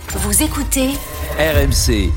Vous écoutez RMC.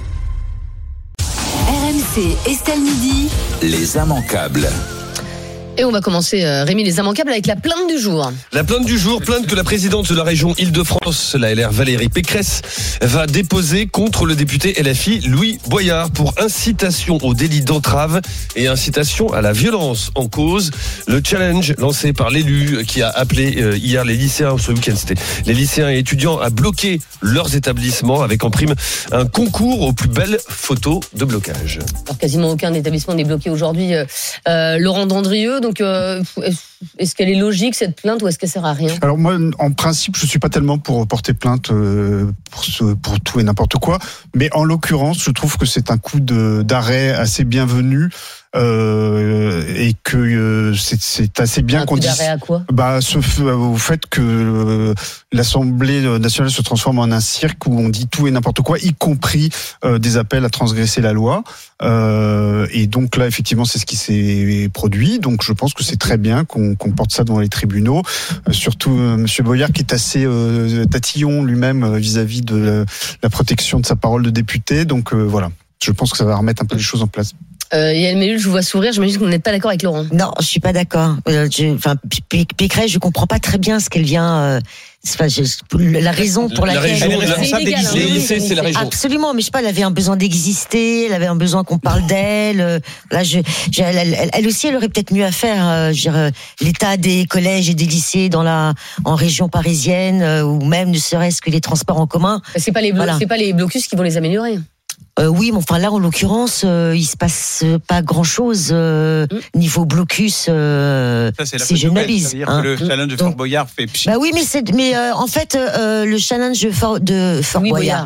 RMC Estelle Midi. Les immanquables. Et on va commencer, Rémi, les immanquables avec la plainte du jour. La plainte du jour, plainte que la présidente de la région Île-de-France, la LR Valérie Pécresse, va déposer contre le député LFI Louis Boyard pour incitation au délit d'entrave et incitation à la violence. En cause, le challenge lancé par l'élu qui a appelé hier les lycéens, ce week-end c'était les lycéens et étudiants à bloquer leurs établissements avec en prime un concours aux plus belles photos de blocage. Alors quasiment aucun établissement n'est bloqué aujourd'hui. Laurent Dandrieux, donc est-ce qu'elle est logique cette plainte ou est-ce qu'elle sert à rien ? Alors moi, en principe, je suis pas tellement pour porter plainte pour tout et n'importe quoi, mais en l'occurrence, je trouve que c'est un coup d'arrêt assez bienvenu. Et que c'est assez bien qu'on dise. Un coup d'arrêt à quoi ? Au fait que l'Assemblée nationale se transforme en un cirque où on dit tout et n'importe quoi, y compris des appels à transgresser la loi. Et donc là, effectivement, c'est ce qui s'est produit. Donc je pense que c'est très bien qu'on porte ça devant les tribunaux. Surtout Monsieur Boyard qui est assez tatillon lui-même vis-à-vis de la protection de sa parole de député. Donc voilà, je pense que ça va remettre un peu les choses en place. Yael Mellul, je vous vois sourire, j'imagine que vous n'êtes pas d'accord avec Laurent. Non, je suis pas d'accord. Pécresse, je comprends pas très bien ce qu'elle vient. La raison pour laquelle elle est responsable des lycées, c'est la région. Absolument, mais je sais pas, elle avait un besoin d'exister, elle avait un besoin qu'on parle d'elle. Là, elle aussi, elle aurait peut-être mieux à faire. L'état des collèges et des lycées en région parisienne, ou même ne serait-ce que les transports en commun. C'est pas les blocus qui vont les améliorer. Oui, mais enfin là, en l'occurrence, il se passe pas grand-chose niveau blocus. C'est généralise. C'est-à-dire que le challenge de Fort Boyard fait pchit. Bah oui, mais en fait, le challenge de Fort Boyard.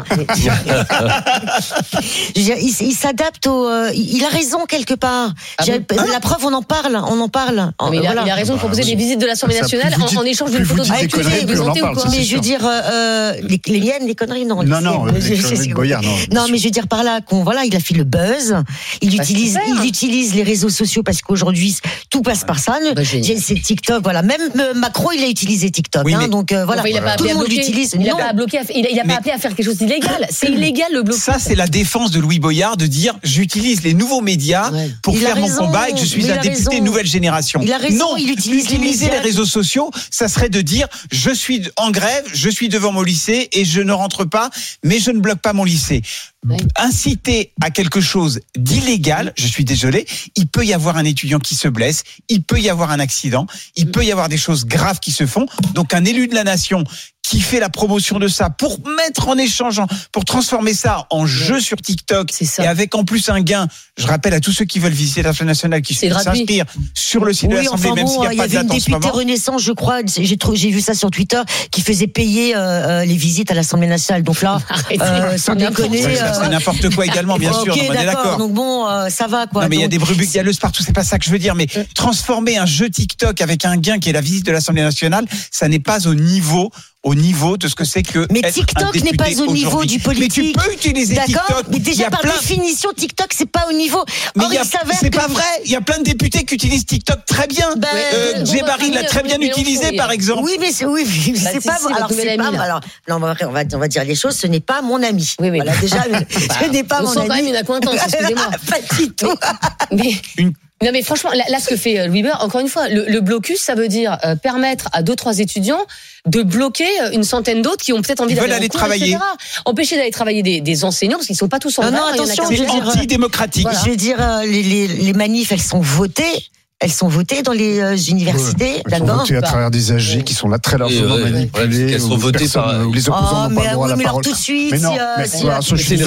Il s'adapte il a raison quelque part. La preuve, on en parle. Mais il a raison de proposer des visites de l'Assemblée nationale en échange d'une photo de présenté ou quoi. Mais je veux dire, les miennes, les conneries, non. Non, les Boyard, non. Non, mais je veux dire par là il a fait le buzz. Il utilise les réseaux sociaux parce qu'aujourd'hui tout passe par ça. C'est TikTok, voilà. Même Macron, il a utilisé TikTok. Oui, donc voilà. Il a pas tout le monde l'utilise. Il a pas bloqué. Il a pas appelé à faire quelque chose d'illégal. C'est illégal le blocage. Ça, c'est la défense de Louis Boyard de dire j'utilise les nouveaux médias pour faire mon combat et que je suis un député nouvelle génération. Il a raison. Non, utiliser les réseaux sociaux, ça serait de dire je suis en grève, je suis devant mon lycée et je ne rentre pas, mais je ne bloque pas mon lycée. Inciter à quelque chose d'illégal, je suis désolé, il peut y avoir un étudiant qui se blesse, il peut y avoir un accident, il peut y avoir des choses graves qui se font. Donc un élu de la nation qui fait la promotion de ça pour mettre en échange, pour transformer ça en jeu sur TikTok et avec en plus un gain. Je rappelle à tous ceux qui veulent visiter l'Assemblée nationale qui s'inscrire sur le site de l'Assemblée, même s'il n'y a pas de date en ce moment. Il y avait une députée Renaissance, je crois, j'ai vu ça sur Twitter, qui faisait payer les visites à l'Assemblée nationale. Donc là, sans déconner, c'est n'importe quoi également, bien sûr. On est d'accord. Donc bon, ça va quoi. Non, mais il y a des brebis galeuses partout. C'est pas ça que je veux dire. Mais transformer un jeu TikTok avec un gain qui est la visite de l'Assemblée nationale, ça n'est pas au niveau de ce que c'est que. Mais TikTok n'est pas au niveau du politique. Mais tu peux utiliser TikTok. Mais déjà par définition, TikTok c'est pas au niveau. Mais c'est pas vrai. Il y a plein de députés qui utilisent TikTok très bien. Djebari l'a très bien utilisé, par exemple. Oui, mais c'est pas. Alors c'est pas. Alors non, on va dire les choses. Ce n'est pas mon ami. Oui, mais voilà déjà, ce n'est pas mon ami. On sent quand même une accointance. Excusez-moi. Pas du tout. Non mais franchement, là ce que fait Louis Boyard, encore une fois, le blocus, ça veut dire permettre à 2-3 étudiants de bloquer une centaine d'autres qui ont peut-être envie d'aller travailler, etc. Empêcher d'aller travailler des enseignants parce qu'ils sont pas tous en grève. Non, attention, c'est antidémocratique. Voilà. Je veux dire, les manifs, elles sont votées. Elles sont votées dans les universités, elles sont votées à travers des AG qui sont là très largement manipulées. Elles sont votées par les opposants n'ont pas le droit à la parole. Tout de suite, mais non, si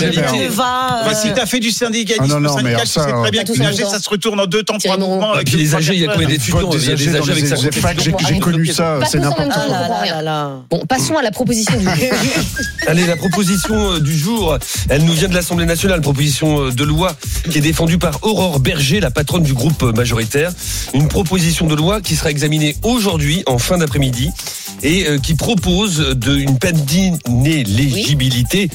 t'as fait du syndicalisme, le syndical, tu sais très bien qu'une AG, ça se retourne en 2 temps, 3 mouvements. Et puis les AG, il y a combien d'étudiants ? Il y a des AG avec ça. J'ai connu ça, c'est n'importe quoi. Bon, passons à la proposition du jour. Allez, la proposition du jour, elle nous vient de l'Assemblée nationale, proposition de loi qui est défendue par Aurore Berger, la patronne du groupe majoritaire. Une proposition de loi qui sera examinée aujourd'hui en fin d'après-midi et qui propose une peine d'inéligibilité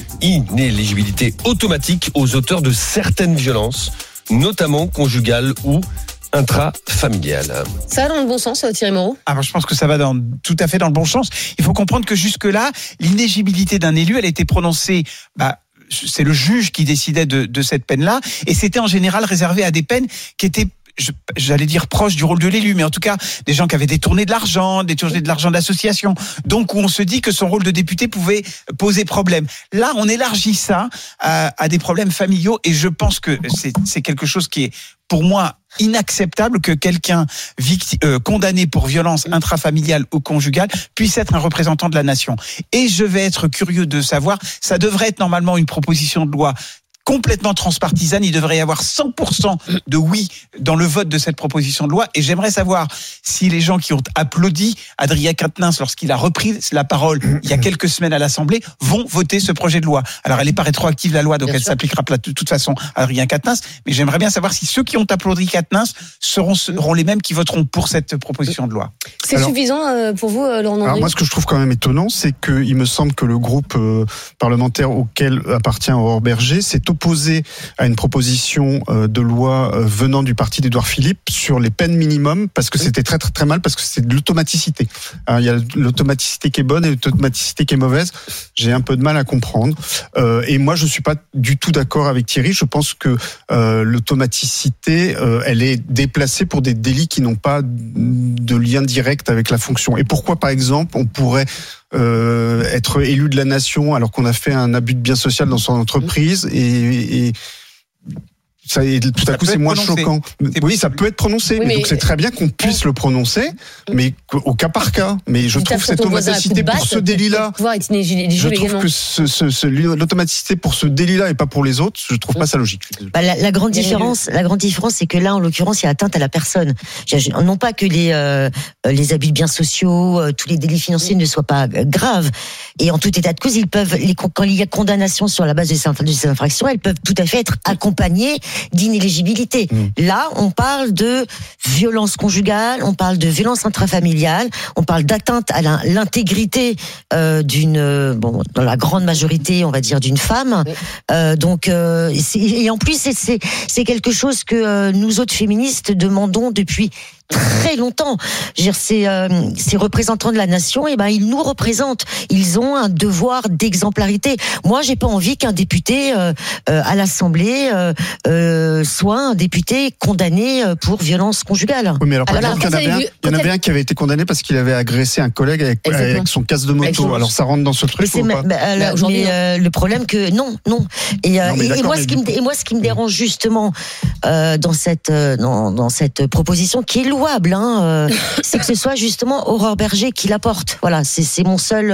automatique aux auteurs de certaines violences, notamment conjugales ou intrafamiliale. Ça va dans le bon sens, Thierry Moreau? Ah, je pense que ça va tout à fait dans le bon sens. Il faut comprendre que jusque-là, l'inéligibilité d'un élu, elle a été prononcée, c'est le juge qui décidait de cette peine-là, et c'était en général réservé à des peines qui étaient, j'allais dire proche du rôle de l'élu, mais en tout cas des gens qui avaient détourné de l'argent d'association, donc où on se dit que son rôle de député pouvait poser problème. Là, on élargit ça à des problèmes familiaux, et je pense que c'est quelque chose qui est pour moi inacceptable, que quelqu'un condamné pour violence intrafamiliale ou conjugale puisse être un représentant de la nation. Et je vais être curieux de savoir, ça devrait être normalement une proposition de loi complètement transpartisane, il devrait y avoir 100% de oui dans le vote de cette proposition de loi, et j'aimerais savoir si les gens qui ont applaudi Adrien Quatennens lorsqu'il a repris la parole il y a quelques semaines à l'Assemblée vont voter ce projet de loi. Alors elle n'est pas rétroactive la loi, donc elle s'appliquera de toute façon à Adrien Quatennens, mais j'aimerais bien savoir si ceux qui ont applaudi Quatennens seront les mêmes qui voteront pour cette proposition de loi. C'est suffisant pour vous, Laurent Andrieux? Alors moi, ce que je trouve quand même étonnant, c'est qu'il me semble que le groupe parlementaire auquel appartient Aurore Bergé s'est opposé à une proposition de loi venant du parti d'Édouard Philippe sur les peines minimum, parce que c'était très très très mal, parce que c'est de l'automaticité. Alors, il y a l'automaticité qui est bonne et l'automaticité qui est mauvaise. J'ai un peu de mal à comprendre. Et moi, je suis pas du tout d'accord avec Thierry. Je pense que l'automaticité, elle est déplacée pour des délits qui n'ont pas de lien direct avec la fonction. Et pourquoi, par exemple, on pourrait être élu de la nation alors qu'on a fait un abus de bien social dans son entreprise et ça, tout à coup, c'est moins choquant. Oui, ça peut être prononcé. Oui, mais donc c'est très bien qu'on puisse le prononcer, mais au cas par cas. Mais je trouve cette automaticité pour ce délit-là. Je trouve que l'automaticité pour ce délit-là et pas pour les autres, je trouve pas ça logique. La grande différence, c'est que là, en l'occurrence, il y a atteinte à la personne. Non pas que les abus de biens sociaux, tous les délits financiers ne soient pas graves. Et en tout état de cause, quand il y a condamnation sur la base de ces infractions, elles peuvent tout à fait être accompagnées d'inéligibilité. Là, on parle de violence conjugale, on parle de violence intrafamiliale, on parle d'atteinte à l'intégrité dans la grande majorité, on va dire, d'une femme. Et en plus, c'est quelque chose que nous autres féministes demandons depuis très longtemps. Ces représentants de la nation, ils nous représentent. Ils ont un devoir d'exemplarité. Moi, j'ai pas envie qu'un député à l'Assemblée soit un député condamné pour violence conjugale. Oui, mais alors, par exemple, il y en avait un qui avait été condamné parce qu'il avait agressé un collègue avec son casque de moto. Alors, ça rentre dans ce truc ou pas? Le problème que non. Et moi, ce qui me dérange justement dans cette proposition qui est louable, c'est que ce soit justement Aurore Bergé qui la porte. Voilà, c'est mon seul.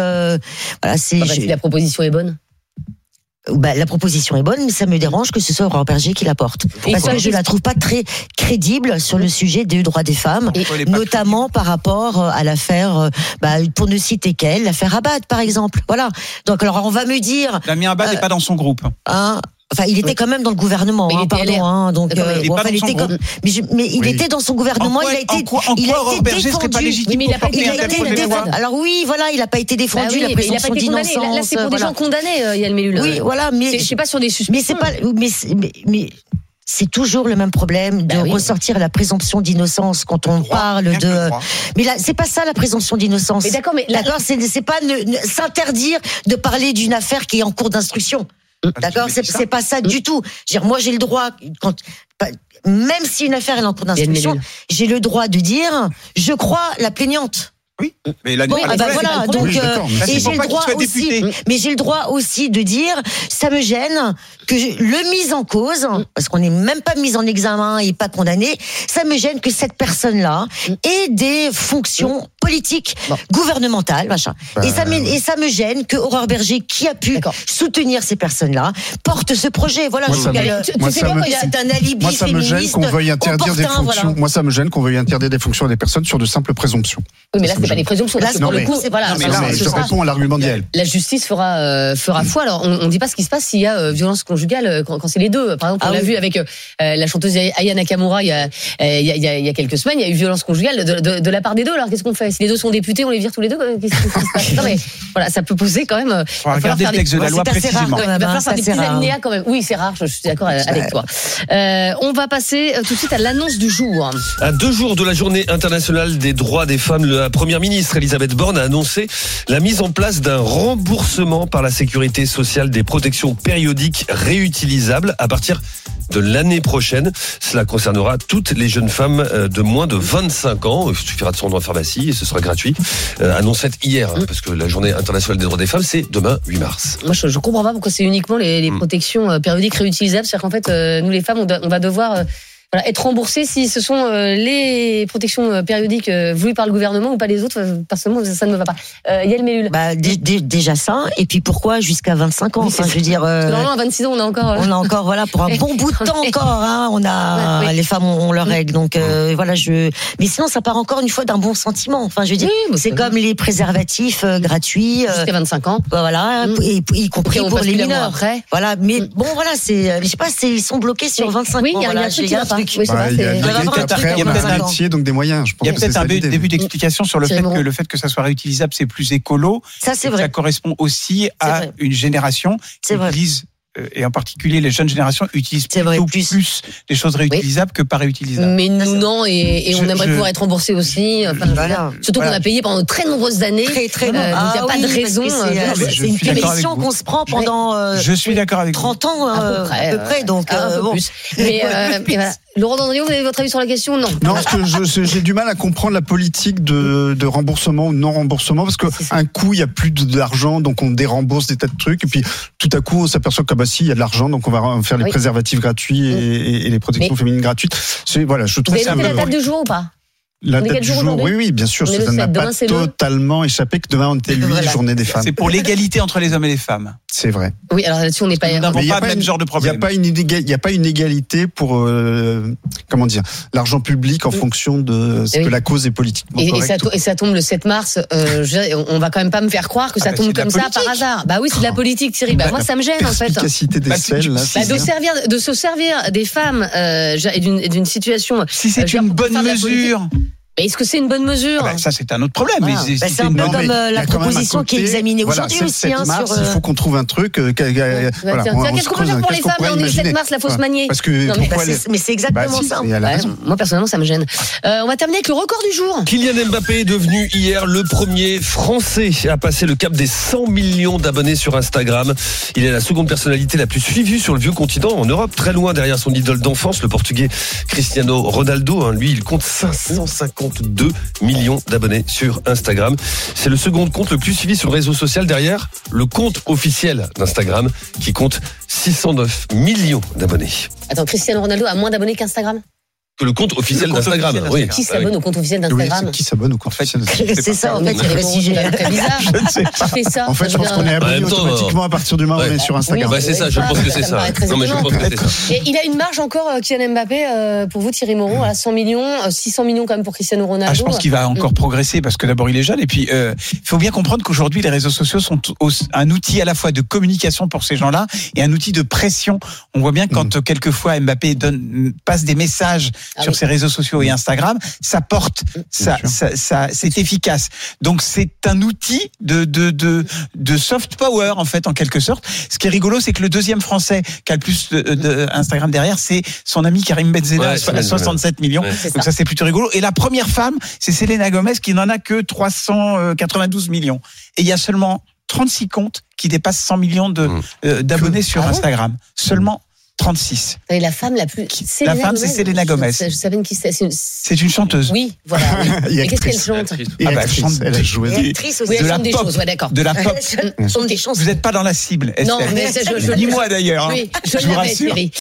Si la proposition est bonne. La proposition est bonne, mais ça me dérange que ce soit Aurore Bergé qui la porte. Parce que je la trouve pas très crédible sur le sujet des droits des femmes, notamment par rapport à l'affaire, pour ne citer qu'elle, l'affaire Abad, par exemple. Voilà. Donc, alors, on va me dire. Damien Abad n'est pas dans son groupe. Enfin, il était quand même dans le gouvernement, donc il était dans son gouvernement. Il a été défendu. Alors oui, voilà, il a pas été défendu. La présomption d'innocence. Là, c'est pour des gens condamnés, Yann Mellul. Oui, voilà, mais je sais pas sur des suspicions. Mais c'est toujours le même problème de ressortir la présomption d'innocence quand on parle de. Mais là, c'est pas ça la présomption d'innocence. Mais d'accord, c'est pas s'interdire de parler d'une affaire qui est en cours d'instruction. D'accord, c'est pas ça du tout. Moi, j'ai le droit, même si une affaire est en cours d'instruction, j'ai le droit de dire, je crois la plaignante. Oui, mais là, voilà. Donc, et j'ai le droit aussi, mais j'ai le droit aussi de dire, ça me gêne que le mise en cause, parce qu'on n'est même pas mis en examen et pas condamné, ça me gêne que cette personne-là ait des fonctions politiques, gouvernementales, machin. Et ça me gêne que Aurore Bergé, qui a pu soutenir ces personnes-là, porte ce projet. Voilà. Moi, ça me gêne qu'on veuille interdire des fonctions. Moi, ça me gêne qu'on veuille interdire des fonctions à des personnes sur de simples présomptions. Oui, mais là, c'est pas des présomptions. Là, pour le coup, je réponds à l'argument d'elle. La justice fera foi. Alors, on ne dit pas ce qui se passe s'il y a violence conjugale conjugale quand c'est les deux. Par exemple, on l'a vu avec la chanteuse Aya Nakamura il y a quelques semaines, il y a eu violence conjugale de la part des deux. Alors qu'est-ce qu'on fait? Si les deux sont députés, on les vire tous les deux? Qu'est-ce qui se passe? Non mais voilà, ça peut poser quand même. Il faut regarder le texte de la loi précisément. Il va falloir faire des petits alinéas quand même. Oui, c'est rare, je suis d'accord avec toi. On va passer tout de suite à l'annonce du jour. À 2 jours de la journée internationale des droits des femmes, la première ministre Elisabeth Borne a annoncé la mise en place d'un remboursement par la sécurité sociale des protections périodiques réutilisables à partir de l'année prochaine. Cela concernera toutes les jeunes femmes de moins de 25 ans. Il suffira de se rendre en pharmacie et ce sera gratuit. Annonce faite hier, parce que la journée internationale des droits des femmes, c'est demain 8 mars. Moi, je comprends pas pourquoi c'est uniquement les protections périodiques réutilisables. C'est-à-dire qu'en fait, nous les femmes, on va devoir être remboursés si ce sont les protections périodiques voulues par le gouvernement ou pas les autres. Personnellement, ça ne me va pas. Yael Mellul. Déjà ça. Et puis pourquoi jusqu'à 25 ans? Enfin, je veux dire. Normalement, à 26 ans, on a encore. Voilà, pour un bon bout de temps encore. Hein, on a les femmes ont leurs règles. Donc voilà, Mais sinon, ça part encore une fois d'un bon sentiment. Enfin, je veux dire, c'est comme les préservatifs gratuits. Jusqu'à 25 ans. Voilà, et y compris pour les mineurs. Après. Voilà, mais bon, voilà, je sais pas, ils sont bloqués sur 25 ans. Oui, il y a un truc qui va pas. Il y a un métier, donc des moyens. Je pense. Il y a peut-être un début d'explication sur le fait que ça soit réutilisable, c'est plus écolo. Ça, c'est vrai. Ça correspond aussi à une génération qui utilise, et en particulier les jeunes générations, utilisent plutôt plus des choses réutilisables que pas réutilisables. Mais nous, non, et on aimerait pouvoir être remboursés aussi. Surtout qu'on a payé pendant de très nombreuses années. Très donc il n'y a pas de raison. C'est une punition qu'on se prend pendant je suis d'accord avec 30 ans à peu près. Donc, un peu plus. Mais voilà. Laurent Dandriot, vous avez votre avis sur la question? Non. Non, parce que j'ai du mal à comprendre la politique de remboursement ou non remboursement, parce que un coup il y a plus d'argent, donc on dérembourse des tas de trucs, et puis tout à coup on s'aperçoit que si il y a de l'argent, donc on va faire les préservatifs gratuits et les protections féminines gratuites. Voilà, je trouve ça. Vous avez noté la date du jour ou pas? La date du jour, oui, bien sûr, ça n'a pas totalement échappé que demain on était journée des femmes. C'est pour l'égalité entre les hommes et les femmes. C'est vrai. Oui, alors là-dessus on n'est pas. Nous n'avons pas le même genre de problème. Il n'y a pas une égalité pour l'argent public en fonction de ce que la cause est politiquement correcte. Et ça tombe le 7 mars. On va quand même pas me faire croire que ça tombe comme ça par hasard. Bah oui, c'est de la politique, Thierry. Moi ça me gêne en fait. L'efficacité des selles, là. De se servir des femmes et d'une situation. Si c'est une bonne mesure. Mais est-ce que c'est une bonne mesure? Ça, c'est un autre problème. Voilà. C'est un peu comme la proposition qui est examinée aujourd'hui aussi. Il faut qu'on trouve un truc. Qu'est-ce qu'on peut faire pour les femmes? On est le 7 mars, la fausse manier. Mais c'est exactement ça. Moi, personnellement, ça me gêne. On va terminer avec le record du jour. Kylian Mbappé est devenu hier le premier Français à passer le cap des 100 millions d'abonnés sur Instagram. Il est la seconde personnalité la plus suivie sur le vieux continent en Europe, très loin derrière son idole d'enfance, le Portugais Cristiano Ronaldo. Lui, il compte 552 millions d'abonnés sur Instagram. C'est le second compte le plus suivi sur le réseau social derrière le compte officiel d'Instagram qui compte 609 millions d'abonnés. Attends, Cristiano Ronaldo a moins d'abonnés qu'Instagram? Que le compte officiel d'Instagram. Oui. Qui s'abonne au compte officiel d'Instagram? Qui s'abonne au compte officiel d'Instagram? C'est ça, en fait, il y a des sujet très bizarre. Je ne sais pas. En fait, je pense qu'on est abonné automatiquement à partir du moment où on est sur Instagram. C'est ça, je pense que c'est ça. Non, mais je pense que c'est ça. Et il a une marge encore, Kylian Mbappé, pour vous, Thierry Moreau, à 100 millions, 600 millions quand même pour Cristiano Ronaldo. Je pense qu'il va encore progresser parce que d'abord il est jeune et puis il faut bien comprendre qu'aujourd'hui les réseaux sociaux sont un outil à la fois de communication pour ces gens-là et un outil de pression. On voit bien que quand quelquefois Mbappé passe des messages sur ses réseaux sociaux et Instagram, ça porte, c'est efficace. Donc c'est un outil de soft power en fait en quelque sorte. Ce qui est rigolo, c'est que le deuxième Français qui a le plus de Instagram derrière, c'est son ami Karim Benzema, 67 millions. Donc ça c'est plutôt rigolo. Et la première femme, c'est Selena Gomez qui n'en a que 392 millions. Et il y a seulement 36 comptes qui dépassent 100 millions d'abonnés sur Instagram. Seulement 36. Et la femme la plus. La femme, c'est Selena Gomez. Je savais qui c'est. C'est une chanteuse. Oui, voilà. Et qu'est-ce qu'elle chante? Elle a joué. De la pop. D'accord. De la pop. Des chansons. Vous n'êtes pas dans la cible, Estelle. Non, mais ni moi d'ailleurs. Oui, je vous rassure.